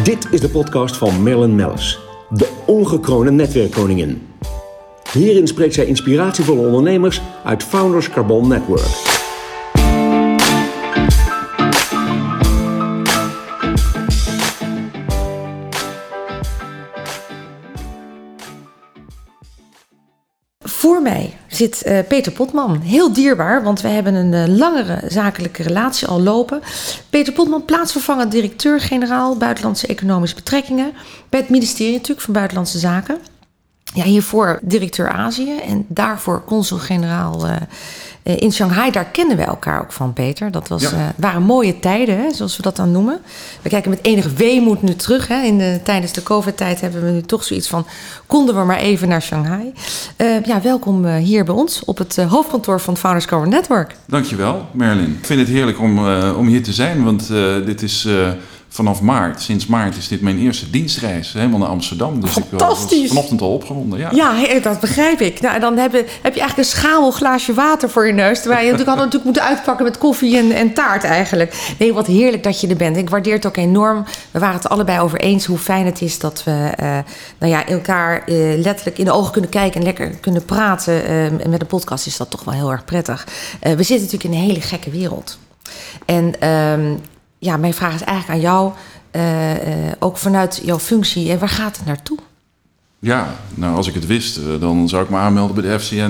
Dit is de podcast van Marilyn Mellis, de ongekroonde netwerkkoningin. Hierin spreekt zij inspiratievolle ondernemers uit Founders Carbon Network. Voor mij zit Peter Potman. Heel dierbaar, want wij hebben een langere zakelijke relatie al lopen. Peter Potman, plaatsvervangend directeur-generaal Buitenlandse Economische Betrekkingen bij het ministerie natuurlijk van Buitenlandse Zaken. Ja, hiervoor directeur Azië en daarvoor consul-generaal in Shanghai. Daar kennen we elkaar ook van, Peter. Dat waren mooie tijden, hè, zoals we dat dan noemen. We kijken met enige weemoed nu terug. Hè. Tijdens de COVID-tijd hebben we nu toch zoiets van, konden we maar even naar Shanghai. Welkom hier bij ons op het hoofdkantoor van Founders Carbon Network. Dankjewel, Marilyn. Ik vind het heerlijk om hier te zijn, want dit is... Vanaf maart, sinds maart is dit mijn eerste dienstreis helemaal naar Amsterdam. Dus fantastisch. Ik was vanochtend al opgewonden. Ja, dat begrijp ik. Nou, dan heb je eigenlijk een schamel glaasje water voor je neus. Terwijl je natuurlijk moeten uitpakken met koffie en taart eigenlijk. Nee, wat heerlijk dat je er bent. Ik waardeer het ook enorm. We waren het allebei over eens hoe fijn het is dat we elkaar letterlijk in de ogen kunnen kijken en lekker kunnen praten. En met een podcast is dat toch wel heel erg prettig. We zitten natuurlijk in een hele gekke wereld. En... mijn vraag is eigenlijk aan jou, ook vanuit jouw functie. En waar gaat het naartoe? Ja, nou als ik het wist, dan zou ik me aanmelden bij de FCN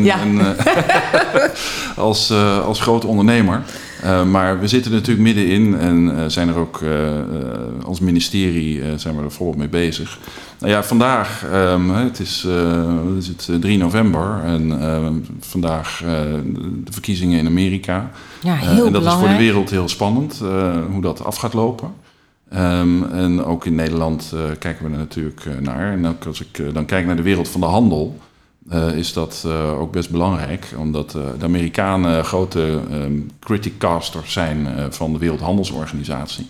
als grote ondernemer. Maar we zitten er natuurlijk middenin en zijn er ook als ministerie zijn we er volop mee bezig. Nou ja, vandaag, het is 3 november en vandaag de verkiezingen in Amerika. Ja, heel en dat belangrijk. is voor de wereld heel spannend, hoe dat af gaat lopen. En ook in Nederland kijken we er natuurlijk naar. En ook als ik dan kijk naar de wereld van de handel, is dat ook best belangrijk. Omdat de Amerikanen grote criticasters zijn van de Wereldhandelsorganisatie.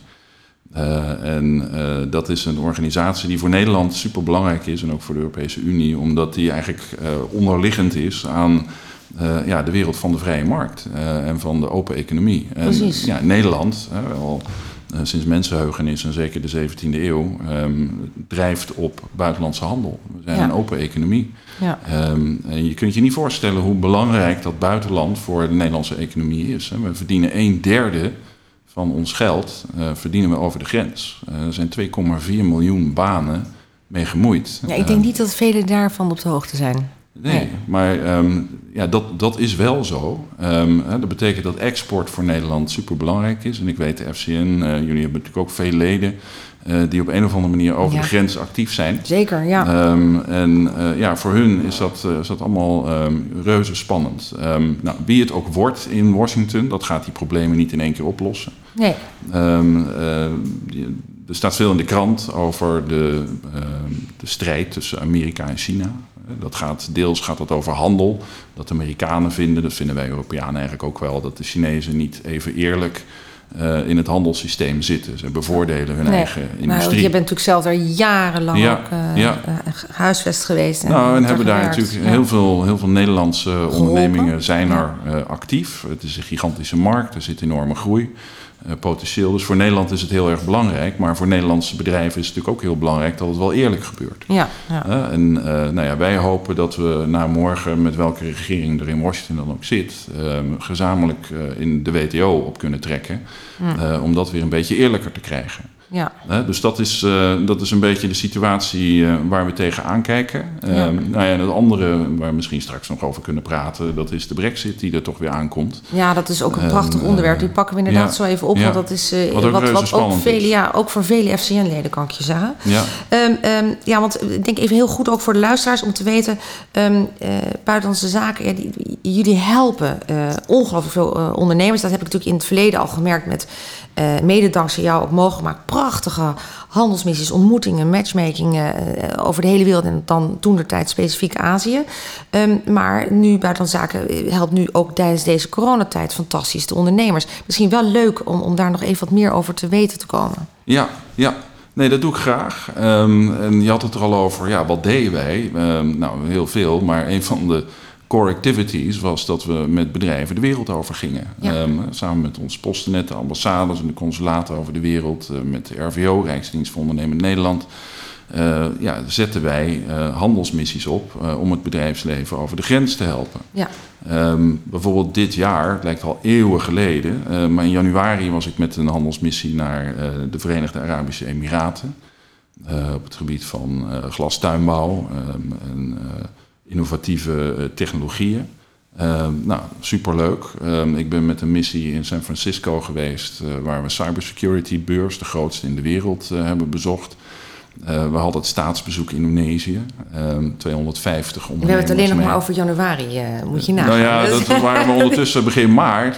Dat is een organisatie die voor Nederland super belangrijk is en ook voor de Europese Unie, omdat die eigenlijk onderliggend is aan de wereld van de vrije markt en van de open economie. Precies. En Nederland, al sinds mensenheugenis en zeker de 17e eeuw, drijft op buitenlandse handel. We zijn een open economie. Ja. En je kunt je niet voorstellen hoe belangrijk dat buitenland voor de Nederlandse economie is. We verdienen 1/3 van ons geld verdienen we over de grens. Er zijn 2,4 miljoen banen mee gemoeid. Ja, ik denk niet dat velen daarvan op de hoogte zijn. Nee, maar dat is wel zo. Dat betekent dat export voor Nederland superbelangrijk is. En ik weet, de FCN, jullie hebben natuurlijk ook veel leden die op een of andere manier over de grens actief zijn. Zeker, ja. Voor hun is dat allemaal reuze spannend. Wie het ook wordt in Washington, dat gaat die problemen niet in één keer oplossen. Nee. Er staat veel in de krant over de strijd tussen Amerika en China. Deels gaat dat over handel. Dat de Amerikanen vinden, dat vinden wij Europeanen eigenlijk ook wel, dat de Chinezen niet even eerlijk in het handelssysteem zitten. Ze bevoordelen hun eigen industrie. Maar je bent natuurlijk zelf daar jarenlang huisvest geweest. En hebben daar natuurlijk heel veel Nederlandse ondernemingen zijn er actief. Het is een gigantische markt, er zit enorme groei. Potentieel. Dus voor Nederland is het heel erg belangrijk. Maar voor Nederlandse bedrijven is het natuurlijk ook heel belangrijk dat het wel eerlijk gebeurt. Wij hopen dat we na morgen, met welke regering er in Washington dan ook zit, gezamenlijk in de WTO op kunnen trekken. Om dat weer een beetje eerlijker te krijgen. Ja. Dus dat is een beetje de situatie waar we tegenaan kijken. En het andere waar we misschien straks nog over kunnen praten, dat is de Brexit die er toch weer aankomt. Ja, dat is ook een prachtig onderwerp. Die pakken we inderdaad zo even op. Want dat is wat ook voor vele FCN-leden kan ik je zeggen. Ja. Want ik denk even heel goed ook voor de luisteraars om te weten, Buitenlandse Zaken, jullie helpen ongelooflijk veel ondernemers. Dat heb ik natuurlijk in het verleden al gemerkt met mede dankzij jou ook mogelijk gemaakt. Prachtige handelsmissies, ontmoetingen, matchmaking over de hele wereld en dan toentertijd specifiek Azië. Maar nu Buitenlandse Zaken helpt nu ook tijdens deze coronatijd fantastisch de ondernemers. Misschien wel leuk om daar nog even wat meer over te weten te komen. Ja. Nee, dat doe ik graag. En je had het er al over, wat deden wij? Heel veel, maar een van de core activities was dat we met bedrijven de wereld over gingen. Ja. Samen met ons postennet, de ambassades en de consulaten over de wereld. Met de RVO, Rijksdienst voor Ondernemend Nederland. Zetten wij handelsmissies op om het bedrijfsleven over de grens te helpen. Ja. Bijvoorbeeld dit jaar, het lijkt al eeuwen geleden, maar in januari was ik met een handelsmissie naar de Verenigde Arabische Emiraten. Op het gebied van glastuinbouw en innovatieve technologieën. Superleuk. Ik ben met een missie in San Francisco geweest, waar we cybersecurity beurs, de grootste in de wereld, hebben bezocht. We hadden het staatsbezoek in Indonesië. 250 ondernemers. We hebben het alleen nog maar over januari, moet je nagaan. Nou ja, dat waren we ondertussen begin maart.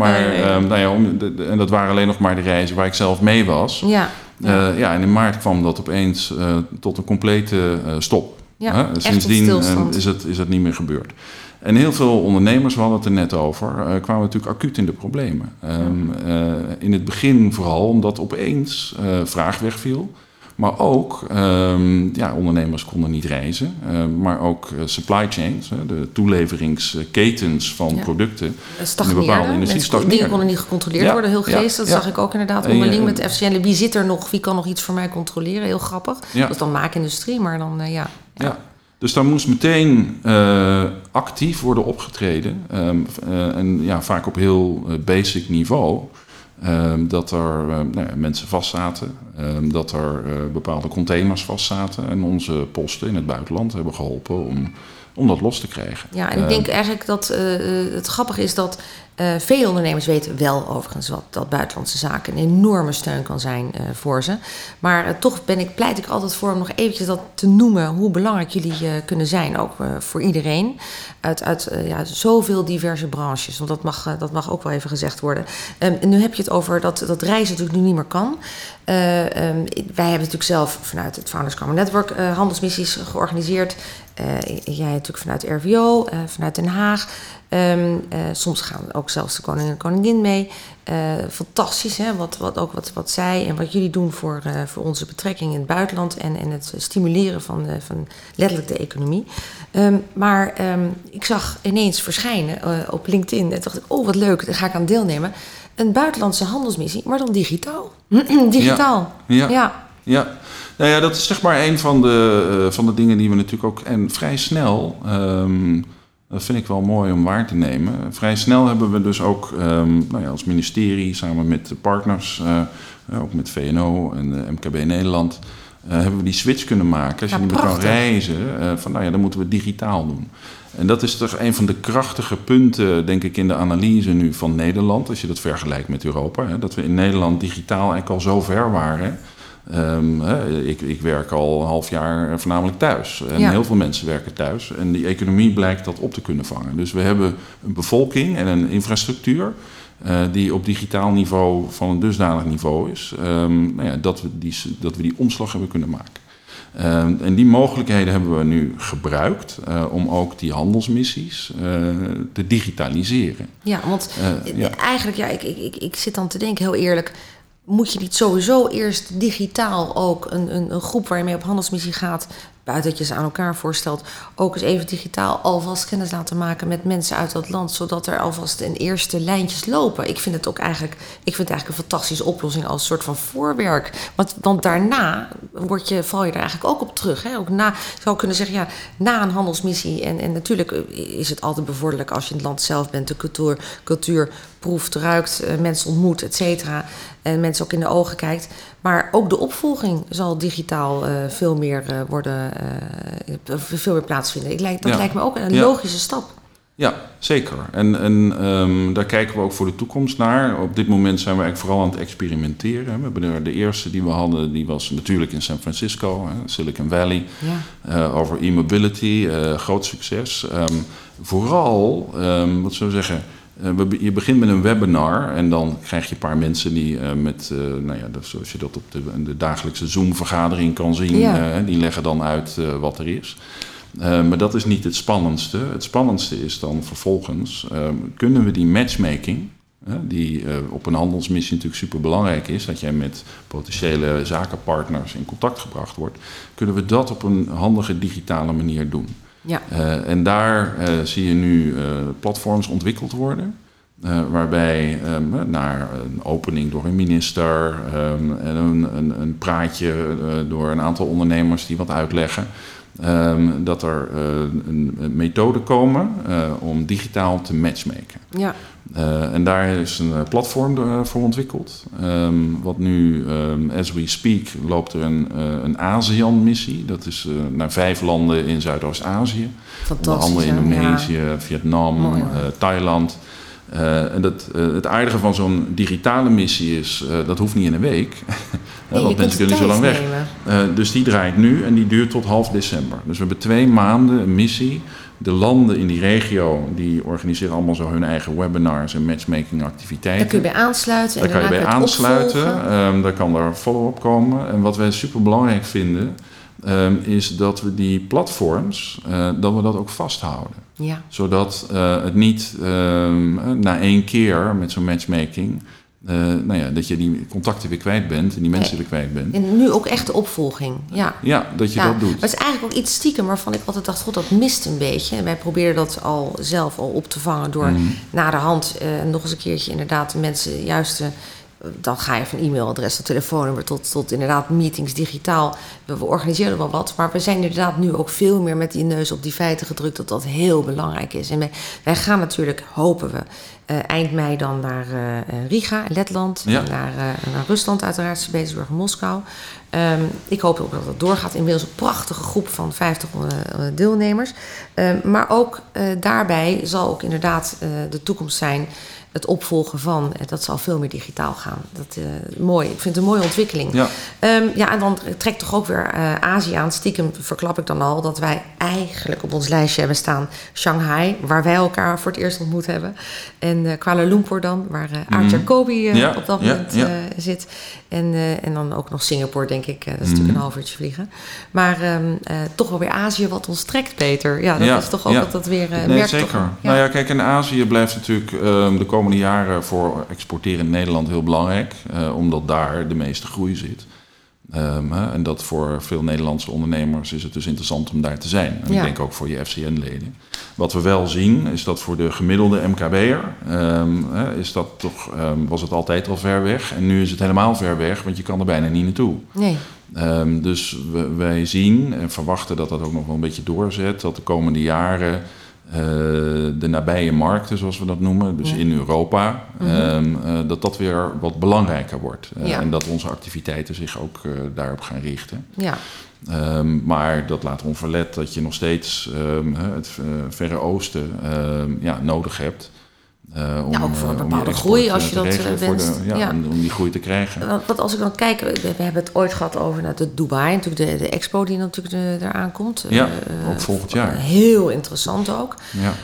En dat waren alleen nog maar de reizen waar ik zelf mee was. En in maart kwam dat opeens tot een complete stop. Ja, sindsdien is het niet meer gebeurd. En heel veel ondernemers, we hadden het er net over, kwamen natuurlijk acuut in de problemen. In het begin vooral omdat opeens vraag wegviel. Maar ook, ondernemers konden niet reizen. Maar ook supply chains, de toeleveringsketens van producten in een bepaalde industrie stagneerden. Dingen konden niet gecontroleerd worden, heel geestig. Dat zag ik ook inderdaad onderling met de FCN. Wie zit er nog? Wie kan nog iets voor mij controleren? Heel grappig. Dat is dan maakindustrie, maar dan Dus daar moest meteen actief worden opgetreden. Vaak op heel basic niveau. Dat er mensen vastzaten, dat er bepaalde containers vastzaten. En onze posten in het buitenland hebben geholpen om dat los te krijgen. Ja, en ik denk eigenlijk dat het grappige is dat veel ondernemers weten wel overigens dat buitenlandse zaken een enorme steun kan zijn voor ze. Maar toch pleit ik altijd voor om nog eventjes dat te noemen hoe belangrijk jullie kunnen zijn, ook voor iedereen. Uit zoveel diverse branches, want dat mag ook wel even gezegd worden. En nu heb je het over dat reizen natuurlijk nu niet meer kan. Wij hebben natuurlijk zelf vanuit het Founders Common Network handelsmissies georganiseerd. Jij natuurlijk vanuit RVO, vanuit Den Haag. Soms gaan ook zelfs de koning en koningin mee. Fantastisch, hè? Wat zij en wat jullie doen voor onze betrekking in het buitenland en het stimuleren van letterlijk de economie. Maar ik zag ineens verschijnen op LinkedIn en dacht ik, wat leuk, daar ga ik aan deelnemen. Een buitenlandse handelsmissie, maar dan digitaal. Digitaal. Ja. Nou ja, dat is zeg maar een van de dingen die we natuurlijk ook en vrij snel. Dat vind ik wel mooi om waar te nemen. Vrij snel hebben we dus ook als ministerie samen met de partners, ook met VNO en MKB Nederland, hebben we die switch kunnen maken. Als je niet meer kan reizen, dan moeten we het digitaal doen. En dat is toch een van de krachtige punten, denk ik, in de analyse nu van Nederland, als je dat vergelijkt met Europa. Hè, dat we in Nederland digitaal eigenlijk al zo ver waren. Ik werk al een half jaar voornamelijk thuis. En heel veel mensen werken thuis. En die economie blijkt dat op te kunnen vangen. Dus we hebben een bevolking en een infrastructuur die op digitaal niveau van een dusdanig niveau is. Dat we die omslag hebben kunnen maken. En die mogelijkheden hebben we nu gebruikt om ook die handelsmissies te digitaliseren. Ja, want eigenlijk, ik zit dan te denken, heel eerlijk, moet je niet sowieso eerst digitaal ook een groep waar je mee op handelsmissie gaat, buiten dat je ze aan elkaar voorstelt, ook eens even digitaal alvast kennis laten maken met mensen uit dat land, zodat er alvast een eerste lijntjes lopen. Ik vind het eigenlijk een fantastische oplossing als soort van voorwerk. Want daarna val je er eigenlijk ook op terug. Hè? Ook je zou kunnen zeggen, na een handelsmissie, en natuurlijk is het altijd bevorderlijk als je in het land zelf bent, de cultuur proeft, ruikt, mensen ontmoet, et cetera, en mensen ook in de ogen kijkt. Maar ook de opvolging zal digitaal veel meer plaatsvinden. Dat lijkt me ook een logische stap. Ja, zeker. En daar kijken we ook voor de toekomst naar. Op dit moment zijn we eigenlijk vooral aan het experimenteren. We hebben de eerste die we hadden, die was natuurlijk in San Francisco, Silicon Valley. Ja. Over e-mobility, groot succes. Vooral, wat zullen we zeggen, je begint met een webinar en dan krijg je een paar mensen die zoals je dat op de dagelijkse Zoom-vergadering kan zien, die leggen dan uit wat er is. Maar dat is niet het spannendste. Het spannendste is dan vervolgens, kunnen we die matchmaking, die op een handelsmissie natuurlijk superbelangrijk is, dat jij met potentiële zakenpartners in contact gebracht wordt, kunnen we dat op een handige digitale manier doen. Ja. En daar zie je nu platforms ontwikkeld worden. Waarbij naar een opening door een minister en een praatje door een aantal ondernemers die wat uitleggen. Dat er een methode komen om digitaal te matchmaken. Ja. En daar is een platform voor ontwikkeld. Wat nu, as we speak, loopt er een ASEAN-missie. Dat is naar 5 landen in Zuidoost-Azië. Fantastisch. Onder andere Indonesië, Vietnam, Thailand. En het aardige van zo'n digitale missie is, dat hoeft niet in een week. Want mensen kunnen zo lang weg. Dus die draait nu en die duurt tot half december. Dus we hebben 2 maanden een missie. De landen in die regio die organiseren allemaal zo hun eigen webinars en matchmaking activiteiten. Daar kun je bij aansluiten. Daar kan je bij aansluiten. Daar kan er follow-up komen. En wat wij super belangrijk vinden, is dat we die platforms, dat we dat ook vasthouden. Ja. Zodat het niet na 1 keer met zo'n matchmaking, dat je die contacten weer kwijt bent en die mensen weer kwijt bent. En nu ook echt de opvolging. Ja, dat je dat doet. Maar het is eigenlijk ook iets stiekem waarvan ik altijd dacht, god, dat mist een beetje. En wij proberen dat zelf al op te vangen door naderhand nog eens een keertje inderdaad de mensen juist dan ga je van e-mailadres tot telefoonnummer tot inderdaad meetings digitaal. We organiseren wel wat, maar we zijn inderdaad nu ook veel meer met die neus op die feiten gedrukt dat dat heel belangrijk is. En wij gaan natuurlijk, hopen we, eind mei dan naar Riga, Letland, en naar Rusland uiteraard, Sint-Petersburg en Moskou. Ik hoop ook dat het doorgaat. Inmiddels een prachtige groep van 50 deelnemers. Maar ook daarbij zal ook inderdaad de toekomst zijn het opvolgen van, dat zal veel meer digitaal gaan. Dat mooi. Ik vind het een mooie ontwikkeling. Ja, en dan trekt toch ook weer Azië aan. Stiekem verklap ik dan al dat wij eigenlijk op ons lijstje hebben staan Shanghai, waar wij elkaar voor het eerst ontmoet hebben. En Kuala Lumpur dan, waar Aart Jacobi op dat moment zit. En dan ook nog Singapore, denk ik. Dat is natuurlijk een half uurtje vliegen. Maar toch wel weer Azië wat ons trekt, Peter. Ja, dat is toch ook dat weer merkt. Zeker. Toch, Nou ja, kijk, in Azië blijft natuurlijk de komende jaren voor exporteren in Nederland heel belangrijk. Omdat daar de meeste groei zit. En dat voor veel Nederlandse ondernemers is het dus interessant om daar te zijn. En ik denk ook voor je FCN-leden. Wat we wel zien, is dat voor de gemiddelde MKB'er is dat toch, was het altijd al ver weg. En nu is het helemaal ver weg, want je kan er bijna niet naartoe. Nee. Dus wij zien en verwachten dat dat ook nog wel een beetje doorzet. Dat de komende jaren de nabije markten, zoals we dat noemen, dus in Europa, dat weer wat belangrijker wordt. En dat onze activiteiten zich ook daarop gaan richten. Ja. Maar dat laat onverlet dat je nog steeds het Verre Oosten nodig hebt. Ook voor een bepaalde groei, als je dat wenst. Om die groei te krijgen. Want als ik dan kijk, we hebben het ooit gehad over de Dubai, natuurlijk de expo die natuurlijk eraan komt. Ook volgend jaar. Heel interessant ook.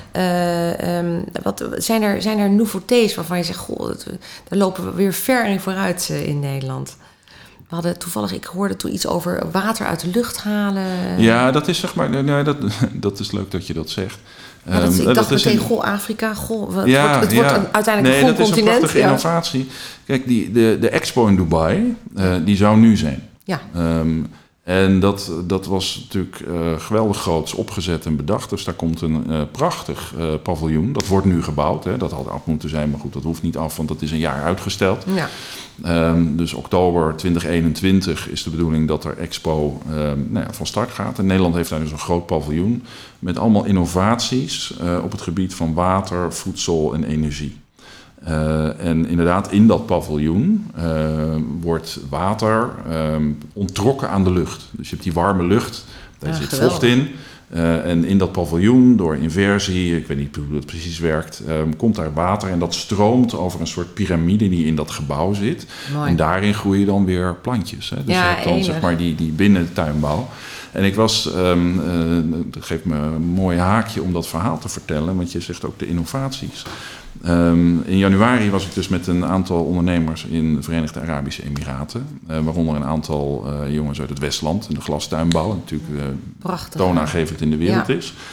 Zijn er nouveautés waarvan je zegt, goh, daar lopen we weer ver in vooruit in Nederland? We hadden toevallig, ik hoorde toen iets over water uit de lucht halen. Ja, dat is zeg maar, dat is leuk dat je dat zegt. Ik dacht meteen, Afrika, het wordt uiteindelijk een dat is een prachtige innovatie. Kijk, de expo in Dubai, die zou nu zijn. Ja. En dat was natuurlijk geweldig groots opgezet en bedacht. Dus daar komt een prachtig paviljoen. Dat wordt nu gebouwd. Hè. Dat had af moeten zijn, maar goed, dat hoeft niet af, want dat is een jaar uitgesteld. Ja. Dus oktober 2021 is de bedoeling dat er Expo van start gaat. En Nederland heeft daar dus een groot paviljoen met allemaal innovaties op het gebied van water, voedsel en energie. En inderdaad, in dat paviljoen wordt water onttrokken aan de lucht. Dus je hebt die warme lucht, daar zit vocht in. En in dat paviljoen, door inversie, ik weet niet hoe dat precies werkt, komt daar water en dat stroomt over een soort piramide die in dat gebouw zit. Mooi. En daarin groeien dan weer plantjes. Hè? Dus je hebt dan zeg maar die binnentuinbouw. En ik was, dat geeft me een mooi haakje om dat verhaal te vertellen, want je zegt ook de innovaties. In januari was ik dus met een aantal ondernemers in de Verenigde Arabische Emiraten. Waaronder een aantal jongens uit het Westland, in de glastuinbouw. Natuurlijk toonaangevend in de wereld is.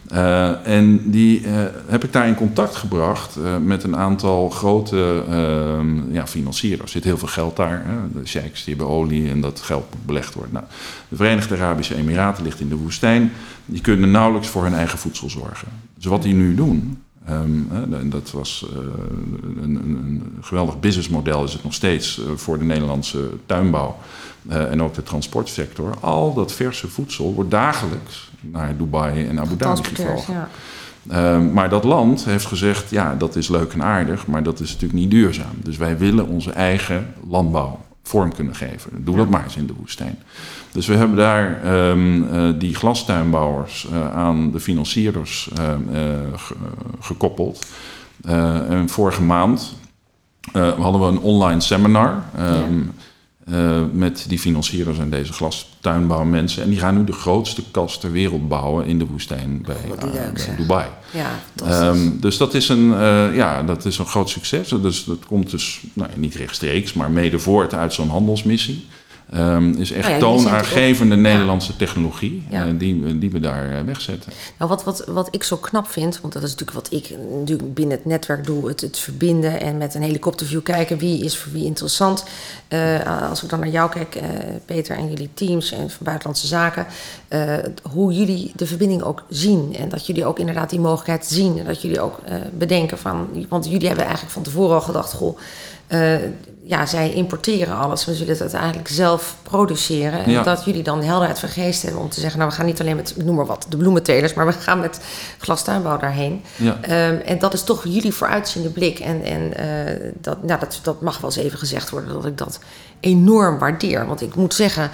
En die heb ik daar in contact gebracht met een aantal grote financierders. Er zit heel veel geld daar. Hè? De sheiks die hebben olie en dat geld moet belegd worden. Nou, de Verenigde Arabische Emiraten ligt in de woestijn. Die kunnen nauwelijks voor hun eigen voedsel zorgen. Dus wat die nu doen, en dat was een geweldig businessmodel, is het nog steeds voor de Nederlandse tuinbouw en ook de transportsector. Al dat verse voedsel wordt dagelijks naar Dubai en Abu Dhabi gevlogen. Ja. Maar dat land heeft gezegd, ja, dat is leuk en aardig, maar dat is natuurlijk niet duurzaam. Dus wij willen onze eigen landbouw vorm kunnen geven. Doe dat maar eens in de woestijn. Dus we hebben daar die glastuinbouwers aan de financierders gekoppeld. En vorige maand hadden we een online seminar met die financierders en deze glastuinbouwmensen. En die gaan nu de grootste kas ter wereld bouwen in de woestijn bij Dubai. Ja, dus dat is een groot succes. Dus dat komt dus niet rechtstreeks, maar mede voort uit zo'n handelsmissie. Is echt toonaangevende Nederlandse technologie die we daar wegzetten. Nou, wat ik zo knap vind, want dat is natuurlijk wat ik natuurlijk binnen het netwerk doe, het verbinden en met een helikopterview kijken wie is voor wie interessant. Als ik dan naar jou kijk, Peter, en jullie teams en van Buitenlandse Zaken, hoe jullie de verbinding ook zien en dat jullie ook inderdaad die mogelijkheid zien en dat jullie ook bedenken van, want jullie hebben eigenlijk van tevoren al gedacht, goh, zij importeren alles. We zullen het uiteindelijk zelf produceren. En dat jullie dan de helderheid van geest hebben om te zeggen, nou, we gaan niet alleen met, noem maar wat, de bloementelers, maar we gaan met glastuinbouw daarheen. Ja. En dat is toch jullie vooruitziende blik. En dat mag wel eens even gezegd worden, dat ik dat enorm waardeer. Want ik moet zeggen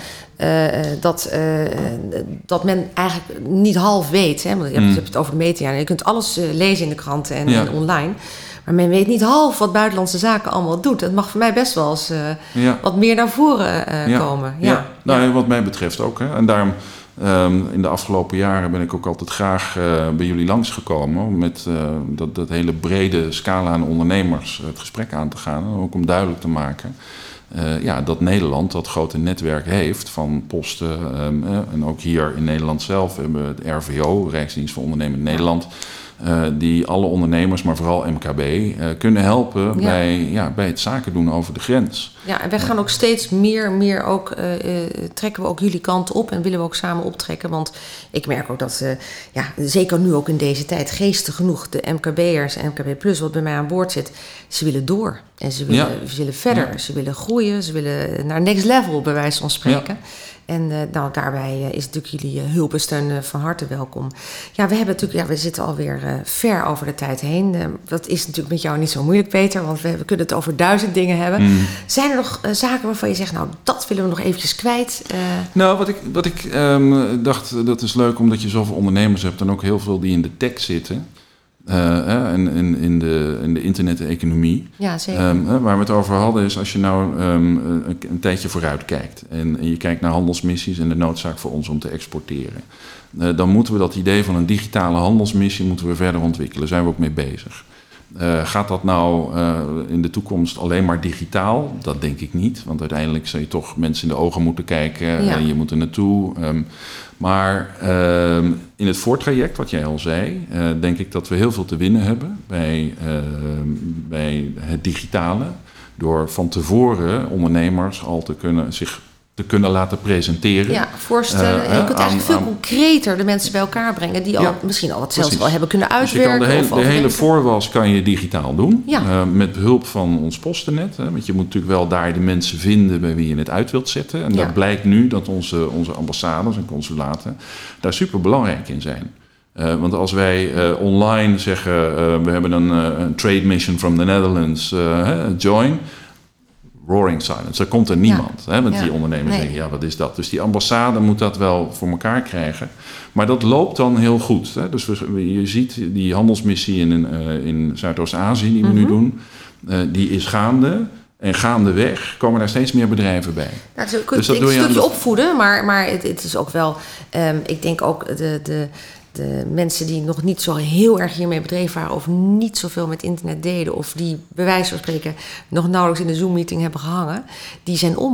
dat men eigenlijk niet half weet. Hè? Want je hebt het over de media en je kunt alles lezen in de kranten en online. Maar men weet niet half wat Buitenlandse Zaken allemaal doet. Dat mag voor mij best wel eens wat meer naar voren komen. Ja. Nou, wat mij betreft ook. Hè. En daarom in de afgelopen jaren ben ik ook altijd graag bij jullie langsgekomen. Om met dat hele brede scala aan ondernemers het gesprek aan te gaan. En ook om duidelijk te maken dat Nederland dat grote netwerk heeft van posten. En ook hier in Nederland zelf hebben we het RVO, Rijksdienst voor Ondernemend Nederland. Die alle ondernemers, maar vooral MKB, kunnen helpen bij het zaken doen over de grens. Ja, en wij gaan ook steeds meer ook, trekken we ook jullie kant op en willen we ook samen optrekken. Want ik merk ook dat, zeker nu ook in deze tijd, geestig genoeg, de MKB'ers en MKB Plus, wat bij mij aan boord zit, ze willen door. En ze willen verder, ze willen groeien, ze willen naar next level, bij wijze van spreken. Ja. En daarbij is natuurlijk jullie hulp en steun van harte welkom. Ja, we hebben natuurlijk, we zitten alweer ver over de tijd heen. Dat is natuurlijk met jou niet zo moeilijk, Peter, want we kunnen het over 1000 dingen hebben. Zijn er nog zaken waarvan je zegt, nou, dat willen we nog eventjes kwijt? Nou, wat ik dacht, dat is leuk omdat je zoveel ondernemers hebt en ook heel veel die in de tech zitten. En in de internet-economie. Ja, zeker. Waar we het over hadden is, als je nou een tijdje vooruit kijkt en je kijkt naar handelsmissies en de noodzaak voor ons om te exporteren, dan moeten we dat idee van een digitale handelsmissie moeten we verder ontwikkelen. Daar zijn we ook mee bezig. Gaat dat nou in de toekomst alleen maar digitaal? Dat denk ik niet, want uiteindelijk zal je toch mensen in de ogen moeten kijken en je moet er naartoe. Maar in het voortraject, wat jij al zei, denk ik dat we heel veel te winnen hebben bij het digitale. Door van tevoren ondernemers al zich te kunnen laten presenteren. Ja, voorstellen. Je kunt eigenlijk veel concreter de mensen bij elkaar brengen die misschien al wat zelfs wel hebben kunnen uitwerken. Dus je kan de hele voorwas kan je digitaal doen. Ja. Met behulp van ons postennet. Want je moet natuurlijk wel daar de mensen vinden bij wie je het uit wilt zetten. En dat blijkt nu dat onze ambassades en consulaten daar super belangrijk in zijn. Want als wij online zeggen, we hebben een trade mission from the Netherlands, join. Roaring silence. Daar komt er niemand. Want die ondernemers denken, wat is dat? Dus die ambassade moet dat wel voor elkaar krijgen. Maar dat loopt dan heel goed. Dus je ziet die handelsmissie in Zuidoost-Azië die we nu doen, die is gaande. En gaandeweg komen daar steeds meer bedrijven bij. Nou, dus dat doe je een stukje opvoeden, maar het is ook wel, ik denk ook de mensen die nog niet zo heel erg hiermee bedreven waren of niet zoveel met internet deden of die bij wijze van spreken nog nauwelijks in de Zoom-meeting hebben gehangen, die zijn om.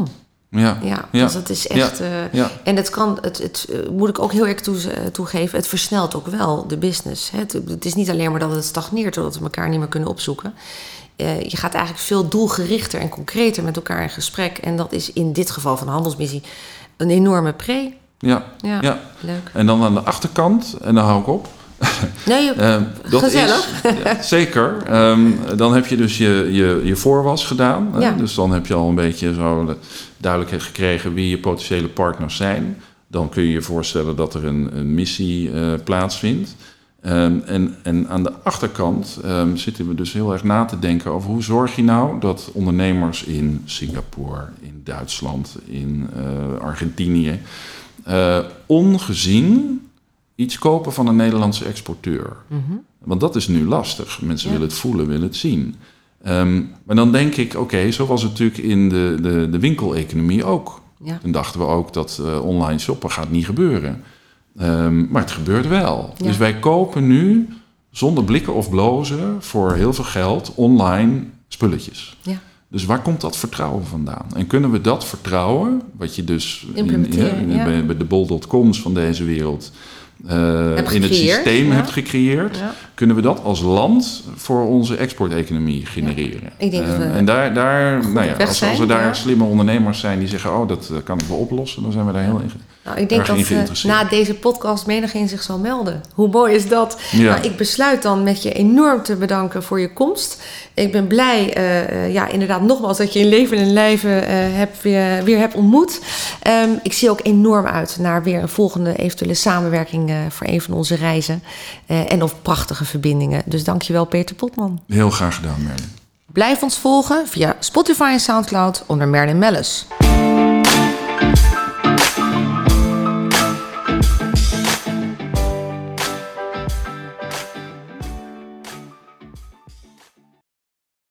Dus dat is echt... En het kan, het moet ik ook heel erg toegeven, het versnelt ook wel de business. Hè. Het is niet alleen maar dat het stagneert, doordat we elkaar niet meer kunnen opzoeken. Je gaat eigenlijk veel doelgerichter en concreter met elkaar in gesprek. En dat is in dit geval van de handelsmissie een enorme pre. Ja, leuk. En dan aan de achterkant, en dan hou ik op. Nee, dat gezellig. Is, zeker. Dan heb je dus je voorwas gedaan. Ja. Dus dan heb je al een beetje zo duidelijk gekregen wie je potentiële partners zijn. Dan kun je je voorstellen dat er een missie plaatsvindt. En aan de achterkant zitten we dus heel erg na te denken over hoe zorg je nou dat ondernemers in Singapore, in Duitsland, in Argentinië ongezien iets kopen van een Nederlandse exporteur. Mm-hmm. Want dat is nu lastig. Mensen willen het voelen, willen het zien. Maar dan denk ik, oké, zo was het natuurlijk in de winkeleconomie ook. Ja. Toen dachten we ook dat online shoppen gaat niet gebeuren. Maar het gebeurt wel. Ja. Dus wij kopen nu zonder blikken of blozen voor heel veel geld online spulletjes. Ja. Dus waar komt dat vertrouwen vandaan? En kunnen we dat vertrouwen, wat je dus bij de bol.coms van deze wereld in het systeem hebt gecreëerd, kunnen we dat als land voor onze exporteconomie genereren? Ik denk dat we en daar als er daar slimme ondernemers zijn die zeggen, dat kan ik wel oplossen, dan zijn we daar heel in. Nou, ik denk dat na deze podcast menigeen zich zal melden. Hoe mooi is dat? Ja. Nou, ik besluit dan met je enorm te bedanken voor je komst. Ik ben blij, inderdaad nogmaals, dat je in leven en lijven weer hebt ontmoet. Ik zie ook enorm uit naar weer een volgende eventuele samenwerking voor een van onze reizen. En of prachtige verbindingen. Dus dankjewel, Peter Potman. Heel graag gedaan, Merlin. Blijf ons volgen via Spotify en Soundcloud onder Merlin Melles.